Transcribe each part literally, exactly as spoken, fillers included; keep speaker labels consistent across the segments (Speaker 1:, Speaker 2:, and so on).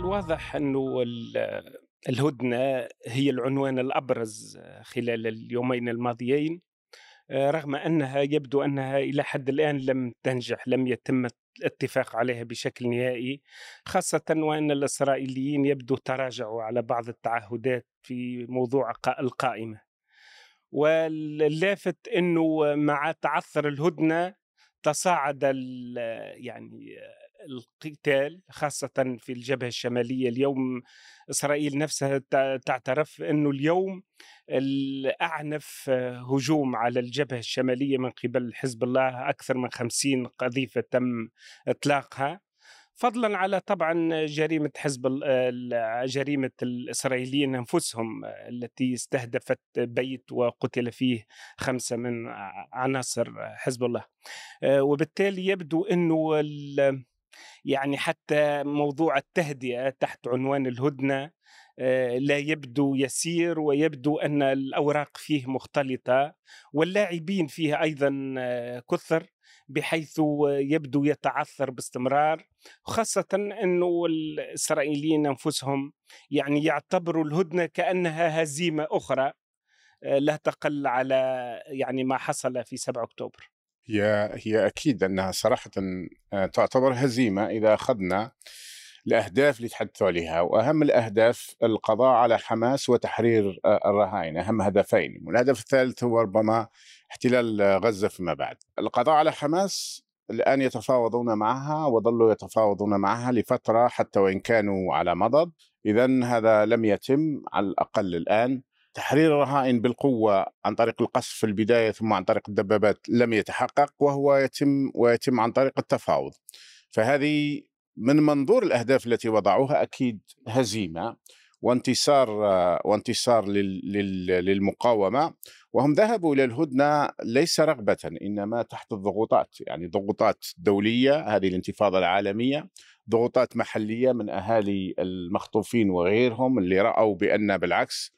Speaker 1: الواضح أنه ال- الهدنة هي العنوان الأبرز خلال اليومين الماضيين، آه، رغم أنها يبدو أنها إلى حد الآن لم تنجح، لم يتم الاتفاق عليها بشكل نهائي، خاصة وأن الإسرائيليين يبدو تراجعوا على بعض التعهدات في موضوع قا- القائمة. واللافت أنه مع تعثر الهدنة تصاعد ال- يعني القتال، خاصة في الجبهة الشمالية. اليوم إسرائيل نفسها تع- تعترف أنه اليوم الأعنف هجوم على الجبهة الشمالية من قبل حزب الله، أكثر من خمسين قذيفة تم إطلاقها، فضلا على طبعا جريمة حزب ال- ال- جريمة الإسرائيليين أنفسهم التي استهدفت بيت وقتل فيه خمسة من عناصر حزب الله. آه، وبالتالي يبدو أنه ال- يعني حتى موضوع التهدئة تحت عنوان الهدنة آه، لا يبدو يسير، ويبدو أن الأوراق فيه مختلطة واللاعبين فيه أيضا آه، كثر، بحيث يبدو يتعثر باستمرار، خاصة أنه الإسرائيليين أنفسهم يعني يعتبروا الهدنة كأنها هزيمة أخرى آه، لا تقل على يعني ما حصل في سبعة أكتوبر.
Speaker 2: هي هي أكيد أنها صراحة آه، تعتبر هزيمة إذا أخذنا الأهداف اللي تحدثوا عليها، وأهم الأهداف القضاء على حماس وتحرير آه، الرهائن، أهم هدفين. والهدف الثالث هو ربما احتلال آه، غزة فيما بعد. القضاء على حماس الآن يتفاوضون معها وظلوا يتفاوضون معها لفترة حتى وإن كانوا على مضض. إذن هذا لم يتم على الأقل الآن. تحرير الرهائن بالقوة عن طريق القصف في البداية ثم عن طريق الدبابات لم يتحقق، وهو يتم ويتم عن طريق التفاوض. فهذه من منظور الأهداف التي وضعوها أكيد هزيمة وانتصار وانتصار لل لل للمقاومة. وهم ذهبوا إلى الهدنة ليس رغبة، إنما تحت الضغوطات، يعني ضغوطات دولية، هذه الانتفاضة العالمية، ضغوطات محلية من أهالي المخطوفين وغيرهم اللي رأوا بأن بالعكس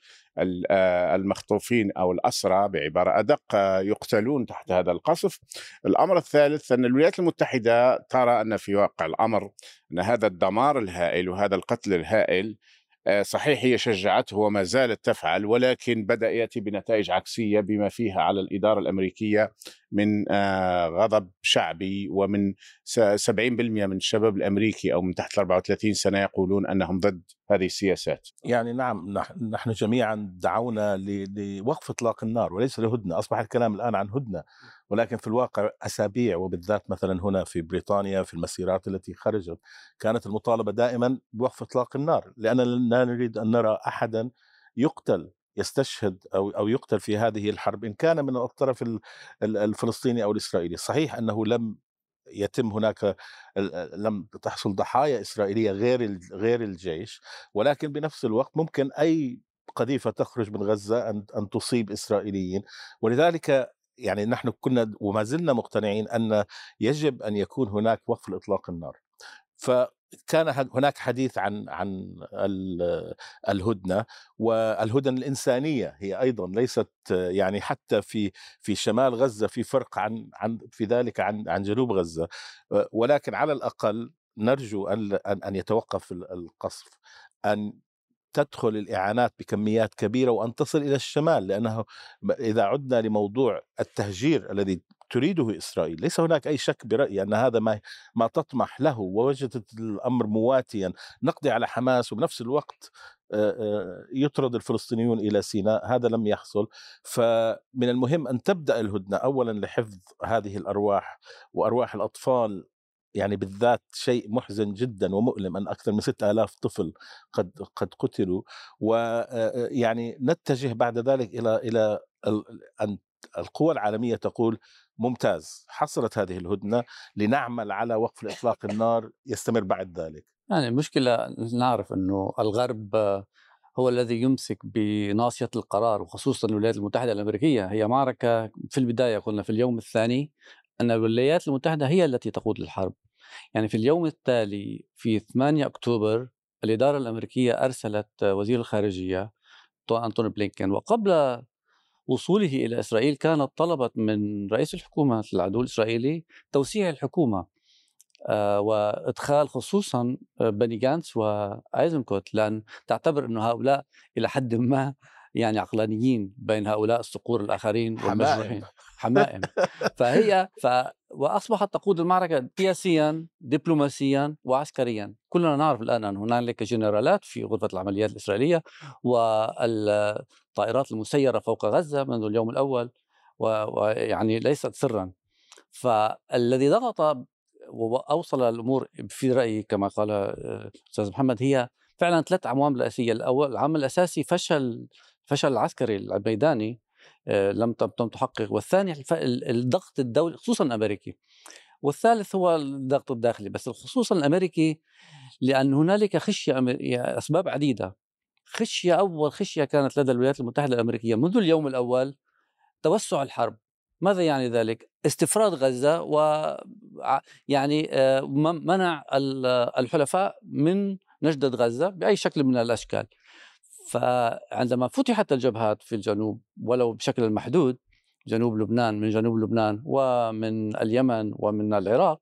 Speaker 2: المخطوفين أو الأسرى بعبارة أدق يقتلون تحت هذا القصف. الأمر الثالث أن الولايات المتحدة ترى أن في واقع الأمر أن هذا الدمار الهائل وهذا القتل الهائل آه، صحيح هي شجعته وما زالت تفعل، ولكن بدأ يأتي بنتائج عكسية بما فيها على الإدارة الأمريكية من آه، غضب شعبي، ومن سبعين بالمئة من الشباب الأمريكي أو من تحت أربعة وثلاثين سنة يقولون أنهم ضد هذه السياسات.
Speaker 3: يعني نعم، نح- نحن جميعا دعونا ل- لوقف إطلاق النار وليس لهدنة. أصبح الكلام الآن عن هدنة، ولكن في الواقع أسابيع، وبالذات مثلا هنا في بريطانيا في المسيرات التي خرجت كانت المطالبة دائما بوقف إطلاق النار، لأننا لا نريد أن نرى أحدا يقتل يستشهد أو أو يقتل في هذه الحرب، إن كان من الطرف ال- ال- الفلسطيني أو الإسرائيلي. صحيح أنه لم يتم هناك لم تحصل ضحايا إسرائيلية غير ال- غير الجيش، ولكن بنفس الوقت ممكن أي قذيفة تخرج من غزة أن أن تصيب إسرائيليين. ولذلك يعني نحن كنا وما زلنا مقتنعين أن يجب أن يكون هناك وقف لإطلاق النار. فكان هناك حديث عن عن ال- الهدنه، والهدنه الانسانيه هي ايضا ليست، يعني حتى في في شمال غزه في فرق عن عن في ذلك عن عن جنوب غزه، ولكن على الاقل نرجو ان ان أن يتوقف القصف، ان تدخل الإعانات بكميات كبيرة وأن تصل إلى الشمال. لأنه إذا عدنا لموضوع التهجير الذي تريده إسرائيل، ليس هناك أي شك برأيي أن هذا ما ما تطمح له، ووجدت الأمر مواتيا، نقضي على حماس وبنفس الوقت آه، آه، يطرد الفلسطينيون إلى سيناء. هذا لم يحصل. فمن المهم أن تبدأ الهدنة أولا لحفظ هذه الأرواح وأرواح الأطفال، يعني بالذات شيء محزن جدا ومؤلم أن أكثر من ستة آلاف طفل قد قد قتلوا. ويعني نتجه بعد ذلك إلى إلى ال- أن القوى العالمية تقول ممتاز، حصلت هذه الهدنة، لنعمل على وقف إطلاق النار يستمر بعد ذلك.
Speaker 4: يعني المشكلة نعرف أنه الغرب آه، هو الذي يمسك بناصية القرار، وخصوصا الولايات المتحدة الأمريكية. هي معركة في البداية، قلنا في اليوم الثاني أن الولايات المتحدة هي التي تقود الحرب. يعني في اليوم التالي في ثمانية أكتوبر الإدارة الأمريكية أرسلت وزير الخارجية أنتوني بلينكين، وقبل وصوله إلى إسرائيل كانت طلبت من رئيس الحكومة العدو الإسرائيلي توسيع الحكومة. وإدخال خصوصا بني جانتس وأيزنكوت، لأن تعتبر أن هؤلاء إلى حد ما يعني عقلانيين بين هؤلاء الصقور الآخرين والمجروحين، حمائم. فهي ف... وأصبحت تقود المعركة سياسيا دبلوماسيا وعسكريا. كلنا نعرف الآن أن هنالك جنرالات في غرفة العمليات الإسرائيلية، والطائرات المسيرة فوق غزة منذ اليوم الأول، ويعني ليست سرا. فالذي ضغط وأوصل الأمور في رأيي كما قال الأستاذ محمد هي فعلا ثلاث عوامل رئيسية. الأول العامل الأساسي فشل فشل العسكري الميداني لم تم تحقق، والثاني الضغط الدولي خصوصا الأمريكي، والثالث هو الضغط الداخلي بس خصوصا الأمريكي، لأن هنالك خشية أسباب عديدة. خشية أول خشية كانت لدى الولايات المتحدة الأمريكية منذ اليوم الأول توسع الحرب. ماذا يعني ذلك؟ استفراد غزة، و يعني منع الحلفاء من نجدة غزة بأي شكل من الأشكال. فعندما فتحت الجبهات في الجنوب ولو بشكل محدود، جنوب لبنان من جنوب لبنان ومن اليمن ومن العراق،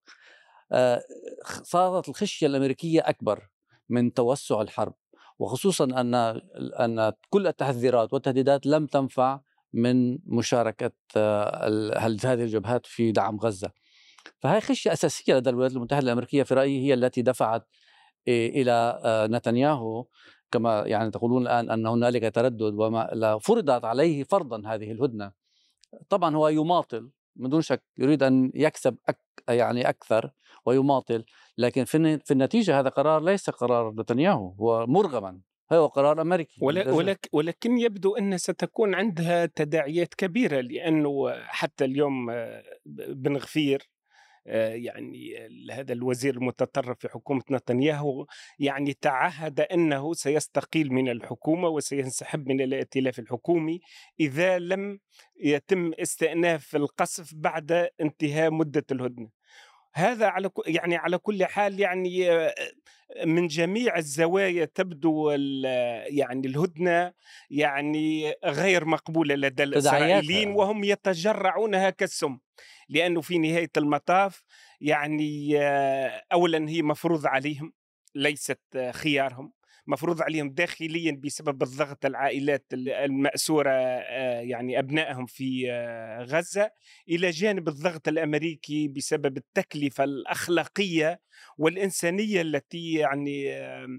Speaker 4: صارت الخشية الأمريكية أكبر من توسع الحرب، وخصوصا أن أن كل التحذيرات والتهديدات لم تنفع من مشاركة هذه الجبهات في دعم غزة. فهي خشية أساسية لدى الولايات المتحدة الأمريكية في رأيي هي التي دفعت إلى نتنياهو كما يعني تقولون الآن أن هنالك تردد، وما فرضت عليه فرضا هذه الهدنة. طبعا هو يماطل من دون شك، يريد أن يكسب أك يعني أكثر ويماطل، لكن في في النتيجة هذا قرار ليس قرار نتنياهو، هو مرغما هو قرار أمريكي.
Speaker 1: ولك ولكن يبدو أن ستكون عندها تداعيات كبيرة، لأنه حتى اليوم بن غفير يعني هذا الوزير المتطرف في حكومة نتنياهو يعني تعهد أنه سيستقيل من الحكومة وسينسحب من الائتلاف الحكومي إذا لم يتم استئناف القصف بعد انتهاء مدة الهدنة. هذا على يعني على كل حال يعني من جميع الزوايا تبدو يعني الهدنة يعني غير مقبولة لدى الإسرائيليين، وهم يتجرعونها كالسم، لأنه في نهاية المطاف يعني أولا هي مفروض عليهم ليست خيارهم، مفروض عليهم داخليا بسبب الضغط العائلات المأسورة يعني أبنائهم في غزة، إلى جانب الضغط الأمريكي بسبب التكلفة الأخلاقية والإنسانية التي يعني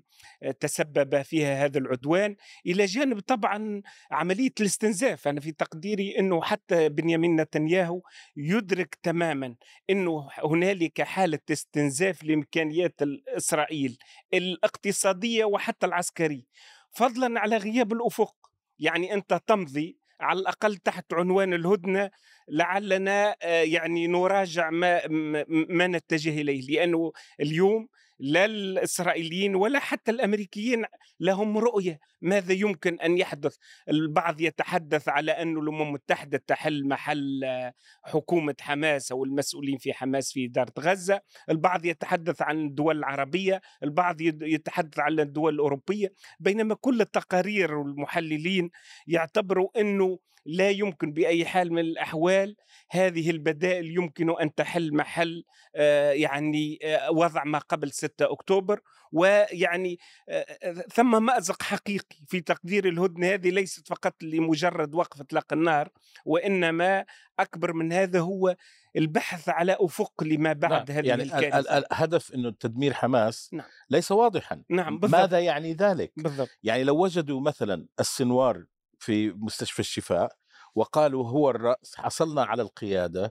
Speaker 1: تسبب فيها هذا العدوان، إلى جانب طبعا عملية الاستنزاف. أنا في تقديري أنه حتى بنيامين نتنياهو يدرك تماما أنه هنالك حالة استنزاف لإمكانيات إسرائيل الاقتصادية وحتى العسكري، فضلا على غياب الأفق. يعني أنت تمضي على الأقل تحت عنوان الهدنة لعلنا يعني نراجع ما, ما نتجه إليه، لأنه اليوم لا الإسرائيليين ولا حتى الأمريكيين لهم رؤية ماذا يمكن أن يحدث. البعض يتحدث على أن الأمم المتحدة تحل محل حكومة حماس أو المسؤولين في حماس في إدارة غزة، البعض يتحدث عن الدول العربية، البعض يتحدث عن الدول الأوروبية، بينما كل التقارير والمحللين يعتبروا أنه لا يمكن بأي حال من الأحوال هذه البدائل يمكن أن تحل محل آه يعني آه وضع ما قبل ستة أكتوبر. ويعني آه ثم مأزق حقيقي في تقدير الهدنة هذه، ليست فقط لمجرد وقف إطلاق النار، وإنما أكبر من هذا هو البحث على أفق لما بعد. نعم. هذه
Speaker 3: يعني
Speaker 1: الكارثة.
Speaker 3: الهدف أنه تدمير حماس. نعم. ليس واضحا.
Speaker 1: نعم بالضبط.
Speaker 3: ماذا يعني ذلك؟
Speaker 1: بالضبط.
Speaker 3: يعني لو وجدوا مثلا السنوار في مستشفى الشفاء وقالوا هو الرأس، حصلنا على القيادة،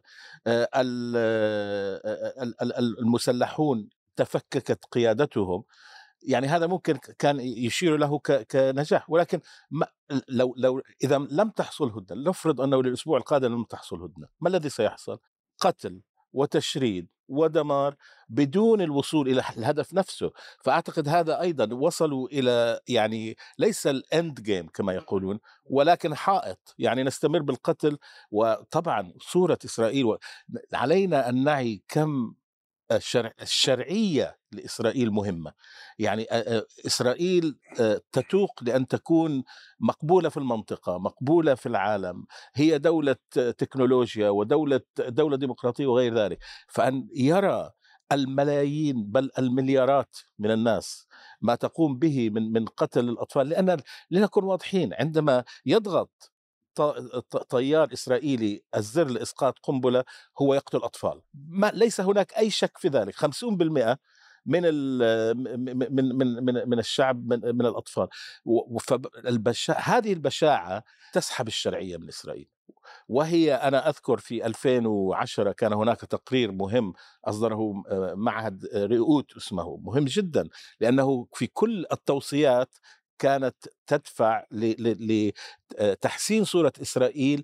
Speaker 3: المسلحون تفككت قيادتهم، يعني هذا ممكن كان يشير له كنجاح. ولكن ما لو لو إذا لم تحصل هدنة، نفرض أنه للأسبوع القادم لم تحصل هدنة، ما الذي سيحصل؟ قتل وتشريد ودمار بدون الوصول إلى الهدف نفسه. فأعتقد هذا أيضا وصلوا إلى يعني ليس الأند جيم كما يقولون، ولكن حائط، يعني نستمر بالقتل. وطبعا صورة إسرائيل و... علينا أن نعي كم الشرع... الشرعية لإسرائيل مهمة. يعني إسرائيل تتوق لأن تكون مقبولة في المنطقة، مقبولة في العالم، هي دولة تكنولوجيا ودولة دولة ديمقراطية وغير ذلك. فأن يرى الملايين بل المليارات من الناس ما تقوم به من من قتل الأطفال. لأن لنكن واضحين، عندما يضغط طيار إسرائيلي الزر لإسقاط قنبلة هو يقتل أطفال، ما ليس هناك أي شك في ذلك. خمسين بالمئة من من من من من الشعب من, من الأطفال. هذه البشاعة تسحب الشرعية من إسرائيل. وهي أنا أذكر في ألفين وعشرة كان هناك تقرير مهم أصدره معهد رؤوت اسمه، مهم جدا، لأنه في كل التوصيات كانت تدفع لتحسين صورة إسرائيل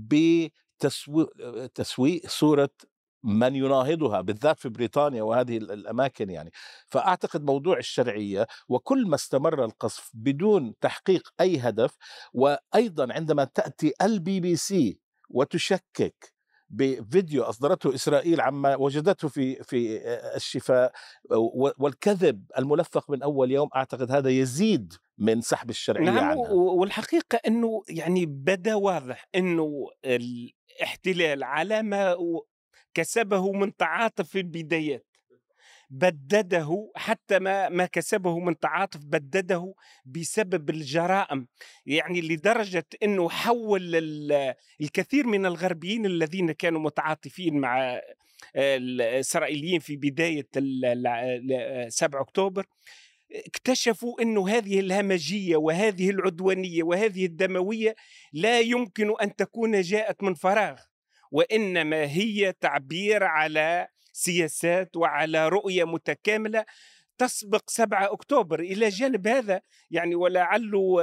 Speaker 3: بتسويء صورة من يناهضها، بالذات في بريطانيا وهذه الأماكن. يعني فأعتقد موضوع الشرعية، وكل ما استمر القصف بدون تحقيق أي هدف. وأيضا عندما تأتي البي بي سي وتشكك بفيديو أصدرته إسرائيل عما وجدته في في الشفاء والكذب الملفق من أول يوم، أعتقد هذا يزيد من سحب الشرعية
Speaker 1: نعم
Speaker 3: عنها.
Speaker 1: والحقيقة أنه يعني بدا واضح أنه الاحتلال على ما كسبه من تعاطف في البدايات بدده، حتى ما ما كسبه من تعاطف بدده بسبب الجرائم، يعني لدرجة أنه حول الكثير من الغربيين الذين كانوا متعاطفين مع الإسرائيليين في بداية سبعة أكتوبر اكتشفوا أنه هذه الهمجية وهذه العدوانية وهذه الدموية لا يمكن أن تكون جاءت من فراغ، وإنما هي تعبير على سياسات وعلى رؤية متكاملة تسبق سبعة أكتوبر. إلى جانب هذا يعني ولعله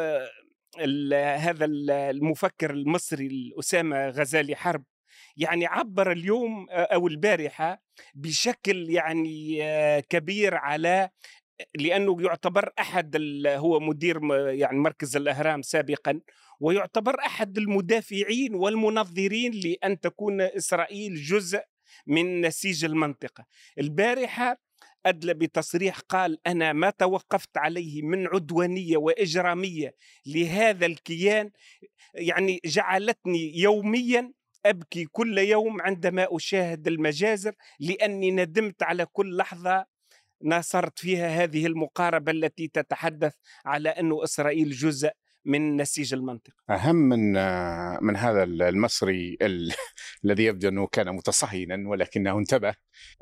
Speaker 1: هذا المفكر المصري الأسامة غزالي حرب يعني عبر اليوم أو البارحة بشكل يعني كبير على، لأنه يعتبر أحد هو مدير يعني مركز الأهرام سابقا، ويعتبر أحد المدافعين والمنظرين لأن تكون إسرائيل جزء من نسيج المنطقة. البارحة أدلى بتصريح قال: أنا ما توقفت عليه من عدوانية وإجرامية لهذا الكيان يعني جعلتني يوميا أبكي كل يوم عندما أشاهد المجازر، لأني ندمت على كل لحظة ناصرت فيها هذه المقاربة التي تتحدث على أنه إسرائيل جزء من نسيج المنطقة.
Speaker 2: أهم من من هذا المصري ال... الذي يبدو أنه كان متصهينا ولكنه انتبه،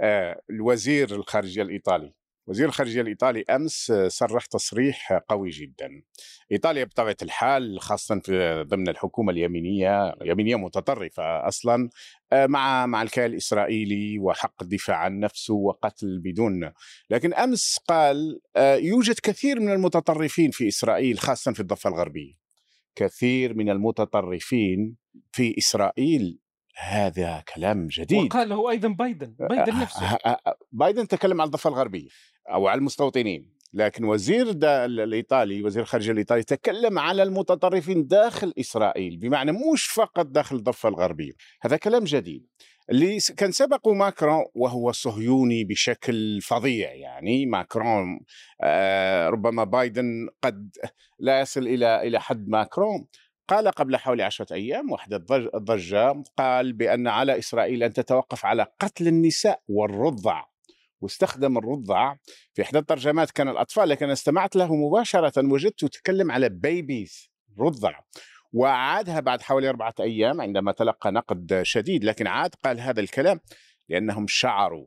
Speaker 2: الوزير الخارجية الإيطالي وزير الخارجية الإيطالي أمس صرح تصريح قوي جدا. إيطاليا بطبيعة الحال خاصة في ضمن الحكومة اليمينية يمينية متطرفة أصلا مع مع الكيان الإسرائيلي وحق الدفاع عن نفسه وقتل بدون، لكن أمس قال يوجد كثير من المتطرفين في إسرائيل خاصة في الضفة الغربية، كثير من المتطرفين في إسرائيل. هذا كلام جديد
Speaker 1: وقاله أيضا بايدن بايدن نفسه.
Speaker 2: بايدن تكلم عن الضفة الغربية أو على المستوطنين، لكن وزير الإيطالي وزير الخارجية الإيطالي تكلم على المتطرفين داخل إسرائيل، بمعنى مش فقط داخل الضفة الغربية. هذا كلام جديد. اللي كان سبقه ماكرون وهو صهيوني بشكل فظيع، يعني ماكرون آه ربما بايدن قد لا يصل إلى إلى حد ماكرون. قال قبل حوالي عشرة أيام وحدة ضجة، قال بأن على إسرائيل أن تتوقف على قتل النساء والرضع، واستخدم الرضع في إحدى الترجمات كان الأطفال، لكن استمعت له مباشرة وجدته يتكلم على بيبيز رضع، وعادها بعد حوالي أربعة أيام عندما تلقى نقد شديد، لكن عاد قال هذا الكلام لأنهم شعروا.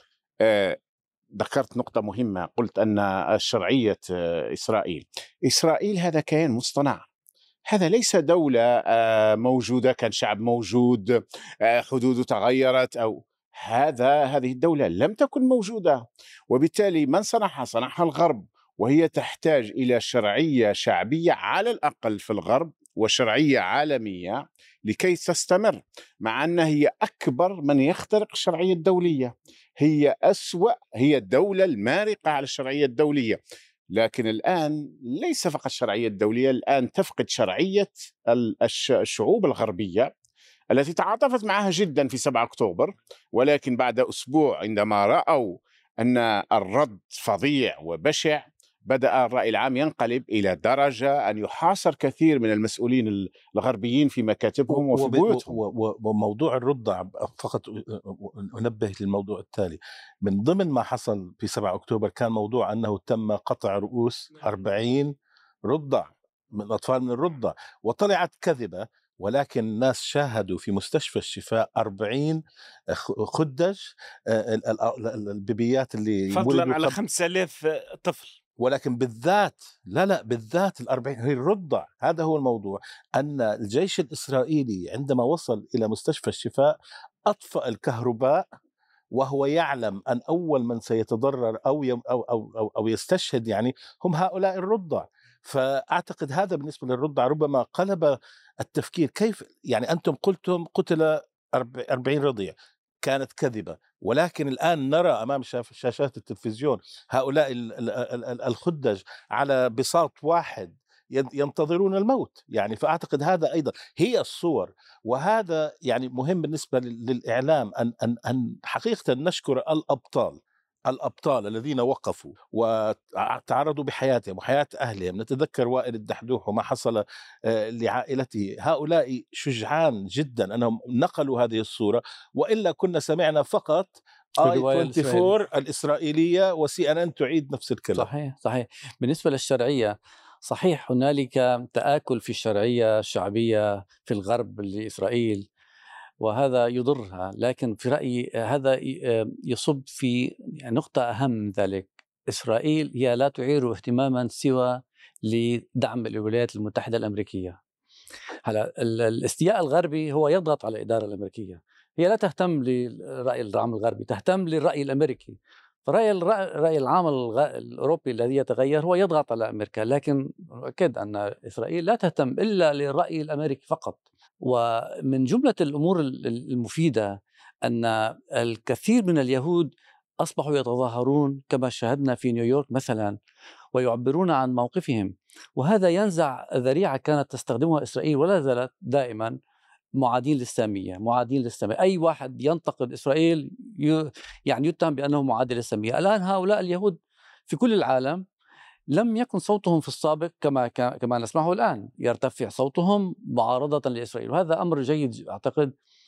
Speaker 2: آه ذكرت نقطة مهمة، قلت أن شرعية آه إسرائيل إسرائيل هذا كيان مصطنع، هذا ليس دولة موجودة، كان شعب موجود حدوده تغيرت، أو هذا هذه الدولة لم تكن موجودة، وبالتالي من صنعها صنعها الغرب، وهي تحتاج إلى شرعية شعبية على الأقل في الغرب وشرعية عالمية لكي تستمر، مع أنها هي أكبر من يخترق الشرعية الدولية، هي أسوأ، هي الدولة المارقة على الشرعية الدولية. لكن الآن ليس فقط الشرعية الدولية، الآن تفقد شرعية الشعوب الغربية التي تعاطفت معها جدا في سبعة أكتوبر، ولكن بعد أسبوع عندما رأوا أن الرد فظيع وبشع بدأ الرأي العام ينقلب إلى درجة أن يحاصر كثير من المسؤولين الغربيين في مكاتبهم وفي بيوتهم.
Speaker 3: وموضوع الرضع فقط أنبه للموضوع التالي، من ضمن ما حصل في سبعة أكتوبر كان موضوع أنه تم قطع رؤوس أربعين رضع من الأطفال من الرضع، وطلعت كذبة، ولكن الناس شاهدوا في مستشفى الشفاء أربعين خدج البيبيات اللي
Speaker 1: فضلا على خمسة آلاف طفل،
Speaker 3: ولكن بالذات لا لا بالذات الأربعين هي الرضع. هذا هو الموضوع، أن الجيش الإسرائيلي عندما وصل إلى مستشفى الشفاء أطفأ الكهرباء، وهو يعلم أن أول من سيتضرر أو أو أو أو, أو يستشهد يعني هم هؤلاء الرضع. فأعتقد هذا بالنسبة للرضع ربما قلب التفكير. كيف يعني أنتم قلتم قتل أربعين رضيع، كانت كذبة، ولكن الآن نرى أمام شاشات التلفزيون هؤلاء الخدج على بساط واحد ينتظرون الموت يعني. فأعتقد هذا أيضا هي الصور، وهذا يعني مهم بالنسبة للإعلام أن أن أن حقيقة نشكر الأبطال الأبطال الذين وقفوا وتعرضوا بحياتهم وحياة أهلهم. نتذكر وائل الدحدوح وما حصل لعائلته، هؤلاء شجعان جدا أنهم نقلوا هذه الصورة، وإلا كنا سمعنا فقط آي أربعة وعشرين الإسرائيلية وسي أن أن تعيد نفس الكلام.
Speaker 4: صحيح صحيح. بالنسبة للشرعية، صحيح هنالك تآكل في الشرعية الشعبية في الغرب لإسرائيل، وهذا يضرها، لكن في رأيي هذا يصب في نقطة أهم من ذلك. إسرائيل هي لا تعير اهتماما سوى لدعم الولايات المتحدة الأمريكية. هلا الاستياء الغربي هو يضغط على الإدارة الأمريكية، هي لا تهتم للرأي العام الغربي، تهتم للرأي الأمريكي. فرأي الرأي العام الأوروبي الذي يتغير هو يضغط على أمريكا، لكن أكد أن إسرائيل لا تهتم إلا للرأي الأمريكي فقط. ومن جملة الأمور المفيدة أن الكثير من اليهود أصبحوا يتظاهرون كما شاهدنا في نيويورك مثلا، ويعبرون عن موقفهم، وهذا ينزع ذريعة كانت تستخدمها إسرائيل ولا زالت دائما، معادين للسامية. معادين للسامية، أي واحد ينتقد إسرائيل يعني يتهم بأنه معادي للسامية. الآن هؤلاء اليهود في كل العالم لم يكن صوتهم في السابق كما كما نسمعه الآن، يرتفع صوتهم معارضة لإسرائيل، وهذا أمر جيد أعتقد.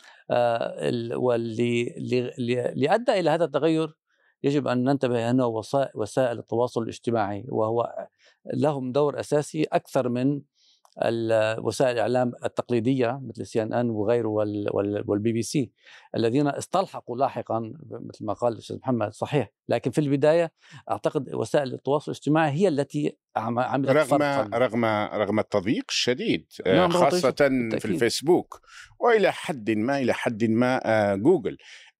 Speaker 4: آه واللي اللي أدى إلى هذا التغير يجب أن ننتبه أنه وسائل التواصل الاجتماعي، وهو لهم دور أساسي أكثر من وسائل الإعلام التقليدية مثل سي إن إن وغيره والبي بي سي الذين استلحقوا لاحقا مثل ما قال الأستاذ محمد. صحيح، لكن في البداية أعتقد وسائل التواصل الاجتماعي هي التي عملت
Speaker 2: رغم
Speaker 4: فرقا.
Speaker 2: رغم رغم التضييق الشديد
Speaker 4: نعم،
Speaker 2: خاصة في الفيسبوك، وإلى حد ما إلى حد ما جوجل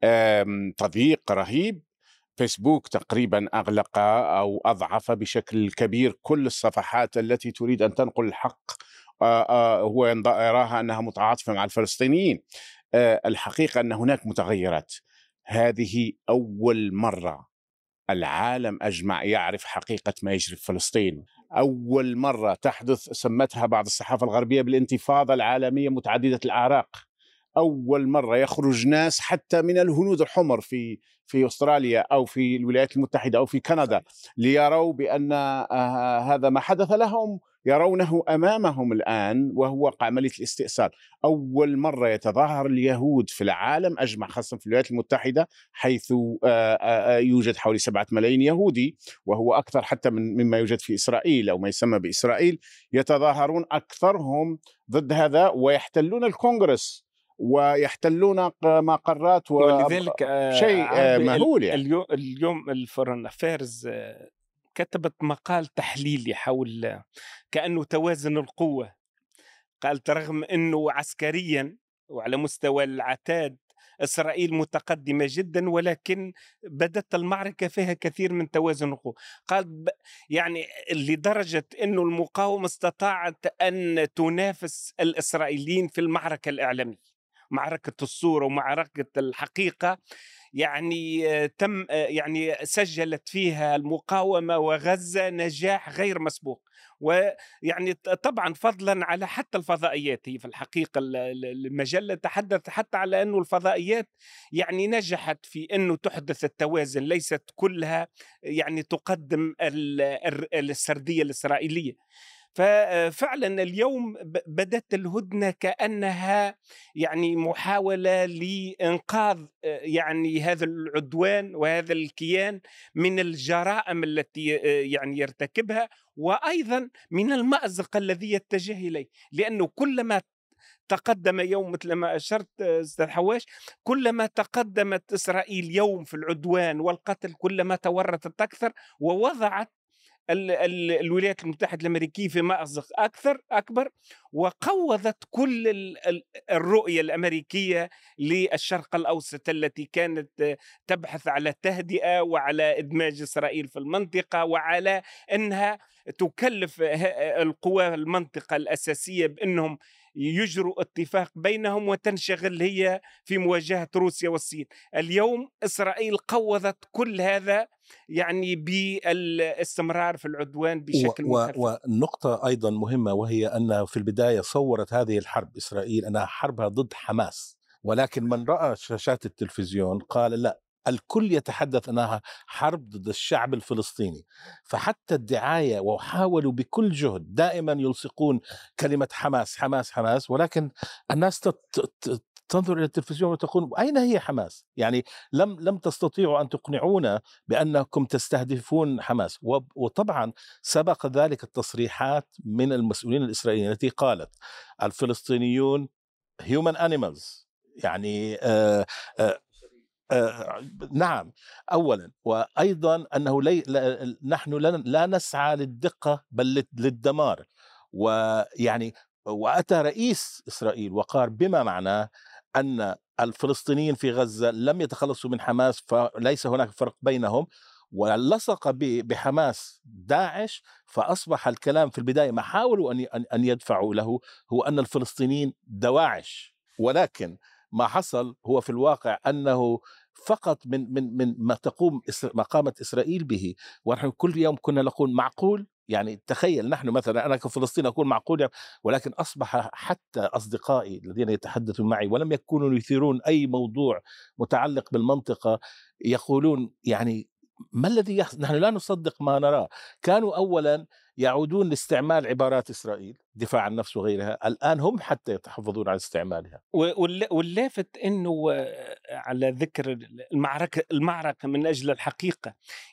Speaker 2: تضييق رهيب. فيسبوك تقريبا أغلق أو أضعف بشكل كبير كل الصفحات التي تريد أن تنقل الحق، هو يراها أنها متعاطفة مع الفلسطينيين. الحقيقة أن هناك متغيرات. هذه أول مرة العالم أجمع يعرف حقيقة ما يجري في فلسطين، أول مرة تحدث سمتها بعض الصحافة الغربية بالانتفاضة العالمية متعددة الأعراق. أول مرة يخرج ناس حتى من الهنود الحمر في في أستراليا أو في الولايات المتحدة أو في كندا ليروا بأن هذا ما حدث لهم يرونه أمامهم الآن، وهو عملية الاستئصال. أول مرة يتظاهر اليهود في العالم أجمع، خاصة في الولايات المتحدة حيث يوجد حوالي سبعة ملايين يهودي، وهو أكثر حتى من مما يوجد في إسرائيل أو ما يسمى بإسرائيل. يتظاهرون أكثرهم ضد هذا ويحتلون الكونغرس ويحتلون مقرات،
Speaker 1: ولذلك
Speaker 2: شيء مهول يعني.
Speaker 1: اليوم اليوم الفورن افيرز كتبت مقال تحليلي حول كأنه توازن القوة. قالت رغم أنه عسكريا وعلى مستوى العتاد إسرائيل متقدمة جدا، ولكن بدت المعركة فيها كثير من توازن القوى. قال يعني لدرجة أنه المقاومة استطاعت أن تنافس الإسرائيليين في المعركة الإعلامية، معركة الصورة ومعركة الحقيقة. يعني تم يعني سجلت فيها المقاومة وغزة نجاح غير مسبوق. ويعني طبعا فضلا على حتى الفضائيات. هي في الحقيقة المجلة تحدث حتى على أنه الفضائيات يعني نجحت في أنه تحدث التوازن، ليست كلها يعني تقدم السردية الإسرائيلية. ففعلا اليوم بدت الهدنة كأنها يعني محاولة لإنقاذ يعني هذا العدوان وهذا الكيان من الجرائم التي يعني يرتكبها، وأيضا من المأزق الذي يتجه إليه، لأنه كلما تقدم يوم مثل ما أشرت أستاذ حواش، كلما تقدمت إسرائيل يوم في العدوان والقتل كلما تورطت أكثر ووضعت ال ال الولايات المتحدة الأمريكية في مأزق أكثر أكبر، وقوضت كل ال الرؤية الأمريكية للشرق الأوسط التي كانت تبحث على التهدئة وعلى إدماج إسرائيل في المنطقة، وعلى أنها تكلف القوى المنطقة الأساسية بأنهم يجروا اتفاق بينهم وتنشغل هي في مواجهة روسيا والصين. اليوم إسرائيل قوضت كل هذا يعني بالاستمرار في العدوان بشكل مكثف.
Speaker 3: ونقطة أيضا مهمة، وهي أن في البداية صورت هذه الحرب إسرائيل أنها حربها ضد حماس، ولكن من رأى شاشات التلفزيون قال لا، الكل يتحدث أنها حرب ضد الشعب الفلسطيني. فحتى الدعاية وحاولوا بكل جهد دائما يلصقون كلمة حماس حماس حماس، ولكن الناس تنظر إلى التلفزيون وتقول أين هي حماس؟ يعني لم لم تستطيعوا أن تقنعونا بأنكم تستهدفون حماس. وطبعا سبق ذلك التصريحات من المسؤولين الإسرائيليين التي قالت الفلسطينيون human animals، يعني آآ آآ آه نعم أولا، وأيضا أنه لي لا نحن لا نسعى للدقة بل للدمار. ويعني وأتى رئيس إسرائيل وقال بما معناه أن الفلسطينيين في غزة لم يتخلصوا من حماس فليس هناك فرق بينهم، ولصق بحماس داعش. فأصبح الكلام في البداية ما حاولوا أن أن يدفعوا له هو أن الفلسطينيين دواعش، ولكن ما حصل هو في الواقع أنه فقط من من من ما تقوم ما قامت إسرائيل به. ونحن كل يوم كنا نقول معقول، يعني تخيل نحن مثلا أنا كفلسطين أقول معقول، ولكن أصبح حتى أصدقائي الذين يتحدثون معي ولم يكونوا يثيرون أي موضوع متعلق بالمنطقة يقولون يعني ما الذي يحصل؟ نحن لا نصدق ما نراه. كانوا أولا يعودون لاستعمال عبارات إسرائيل دفاع عن النفس وغيرها، الآن هم حتى يتحفظون على استعمالها.
Speaker 1: واللافت أنه على ذكر المعركة المعركة من أجل الحقيقة،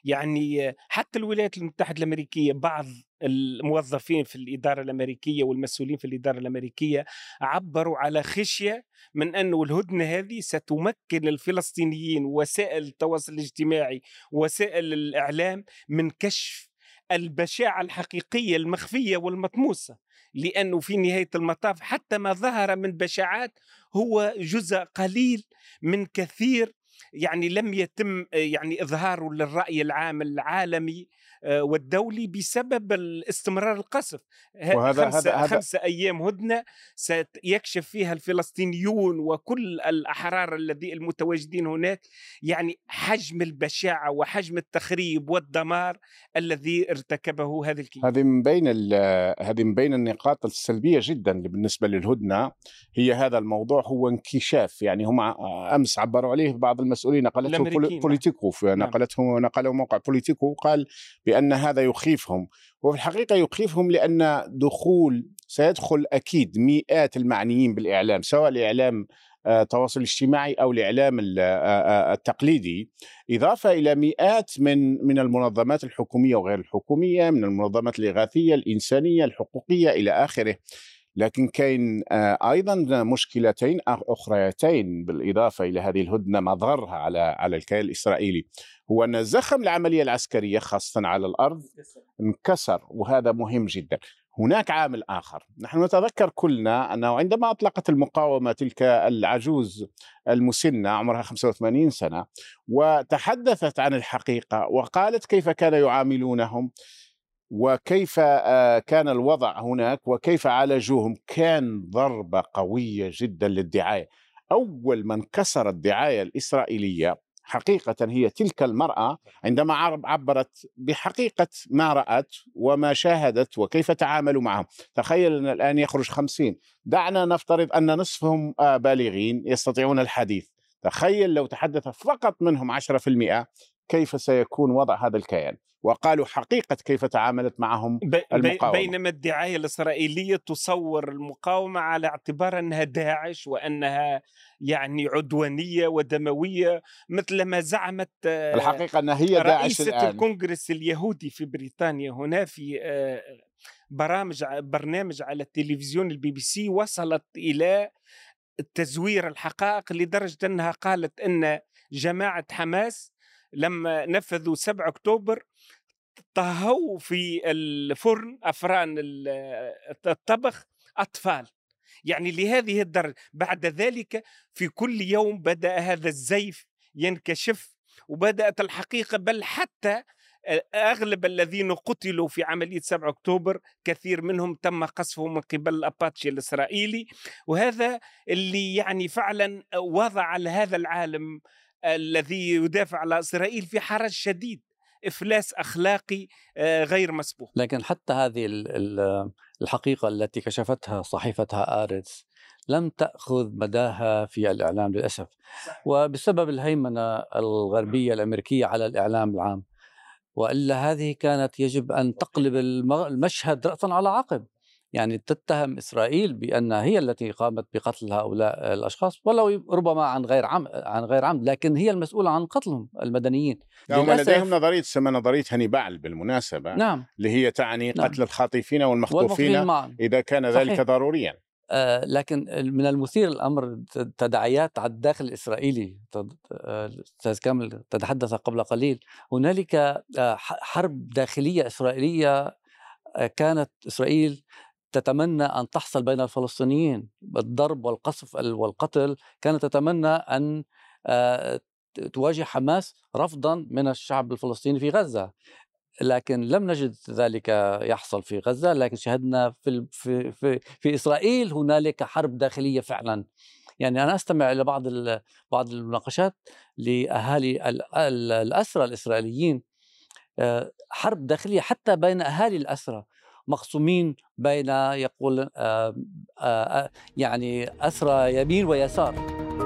Speaker 1: يعني حتى الولايات المتحدة الأمريكية بعض الموظفين في الإدارة الأمريكية والمسؤولين في الإدارة الأمريكية عبروا على خشية من أنه الهدنة هذه ستمكن الفلسطينيين وسائل التواصل الاجتماعي وسائل الإعلام من كشف البشاعة الحقيقية المخفية والمطموسة، لأنه في نهاية المطاف حتى ما ظهر من بشاعات هو جزء قليل من كثير يعني لم يتم يعني إظهاره للرأي العام العالمي والدولي بسبب الاستمرار القصف.
Speaker 2: وهذا
Speaker 1: خمسة,
Speaker 2: هذا
Speaker 1: خمسة أيام هدنة سيكشف فيها الفلسطينيون وكل الأحرار الذين المتواجدين هناك يعني حجم البشاعة وحجم التخريب والدمار الذي ارتكبه هذا الكيان.
Speaker 2: هذه من بين هذه من بين النقاط السلبية جدا بالنسبة للهدنة، هي هذا الموضوع هو انكشاف. يعني هم أمس عبروا عليه بعض المسؤولين، نقلته بوليتيكو نقلته نقله موقع بوليتيكو، قال بأن هذا يخيفهم. وفي الحقيقة يخيفهم لأن دخول سيدخل أكيد مئات المعنيين بالإعلام، سواء الإعلام التواصل الاجتماعي أو الإعلام التقليدي، إضافة إلى مئات من من المنظمات الحكومية وغير الحكومية، من المنظمات الإغاثية الإنسانية الحقوقية إلى آخره. لكن كاين أيضا مشكلتين أخريتين بالإضافة إلى هذه الهدنة مضرها على على الكيان الإسرائيلي، هو أن زخم العملية العسكرية خاصة على الأرض انكسر، وهذا مهم جدا. هناك عامل آخر، نحن نتذكر كلنا أنه عندما أطلقت المقاومة تلك العجوز المسنة عمرها خمسة وثمانين سنة وتحدثت عن الحقيقة وقالت كيف كان يعاملونهم وكيف كان الوضع هناك وكيف عالجوهم، كان ضربة قوية جدا للدعاية. أول من كسر الدعاية الإسرائيلية حقيقة هي تلك المرأة عندما عبرت بحقيقة ما رأت وما شاهدت وكيف تعاملوا معهم. تخيل أن الآن يخرج خمسين، دعنا نفترض أن نصفهم بالغين يستطيعون الحديث، تخيل لو تحدث فقط منهم عشرة بالمئة كيف سيكون وضع هذا الكيان، وقالوا حقيقة كيف تعاملت معهم المقاومة.
Speaker 1: بينما الدعاية الإسرائيلية تصور المقاومة على اعتبار أنها داعش وأنها يعني عدوانية ودموية، مثل ما زعمت
Speaker 2: الحقيقة أنها هي داعش
Speaker 1: رئيسة
Speaker 2: الآن.
Speaker 1: الكونغرس اليهودي في بريطانيا هنا في برامج برنامج على التلفزيون البي بي سي، وصلت إلى تزوير الحقائق لدرجة أنها قالت أن جماعة حماس لما نفذوا سبعة أكتوبر طهوا في الفرن أفران الطبخ أطفال، يعني لهذه الدرجة. بعد ذلك في كل يوم بدأ هذا الزيف ينكشف وبدأت الحقيقة، بل حتى أغلب الذين قتلوا في عملية سبعة أكتوبر كثير منهم تم قصفهم من قبل الأباتشي الإسرائيلي. وهذا اللي يعني فعلا وضع هذا العالم الذي يدافع على إسرائيل في حرج شديد، إفلاس أخلاقي غير مسبوق.
Speaker 4: لكن حتى هذه الحقيقة التي كشفتها صحيفتها آرتس لم تأخذ مداها في الإعلام للأسف، وبسبب الهيمنة الغربية الأمريكية على الإعلام العام، وإلا هذه كانت يجب أن تقلب المشهد رأسا على عقب، يعني تتهم إسرائيل بأنها هي التي قامت بقتل هؤلاء الأشخاص، ولو ربما عن غير عمد عن غير عمد، لكن هي المسؤولة عن قتلهم المدنيين.
Speaker 2: هم لديهم نظرية تسمى نظرية هانيبال بالمناسبة،
Speaker 4: نعم،
Speaker 2: اللي هي تعني
Speaker 4: نعم.
Speaker 2: قتل الخاطفين والمخطوفين إذا كان ذلك صحيح. ضروريا.
Speaker 4: آه لكن من المثير الأمر تداعيات على الداخل الإسرائيلي. أستاذ كامل تتحدث قبل قليل، هنالك آه حرب داخلية إسرائيلية، آه كانت إسرائيل تتمنى أن تحصل بين الفلسطينيين بالضرب والقصف والقتل، كانت تتمنى أن آه تواجه حماس رفضا من الشعب الفلسطيني في غزة، لكن لم نجد ذلك يحصل في غزة، لكن شهدنا في في في, في إسرائيل هنالك حرب داخلية فعلا. يعني أنا أستمع إلى بعض بعض المناقشات لأهالي الأسرى الإسرائيليين، حرب داخلية حتى بين أهالي الأسرى، مقسومين بين يقول يعني أسرى يمين ويسار.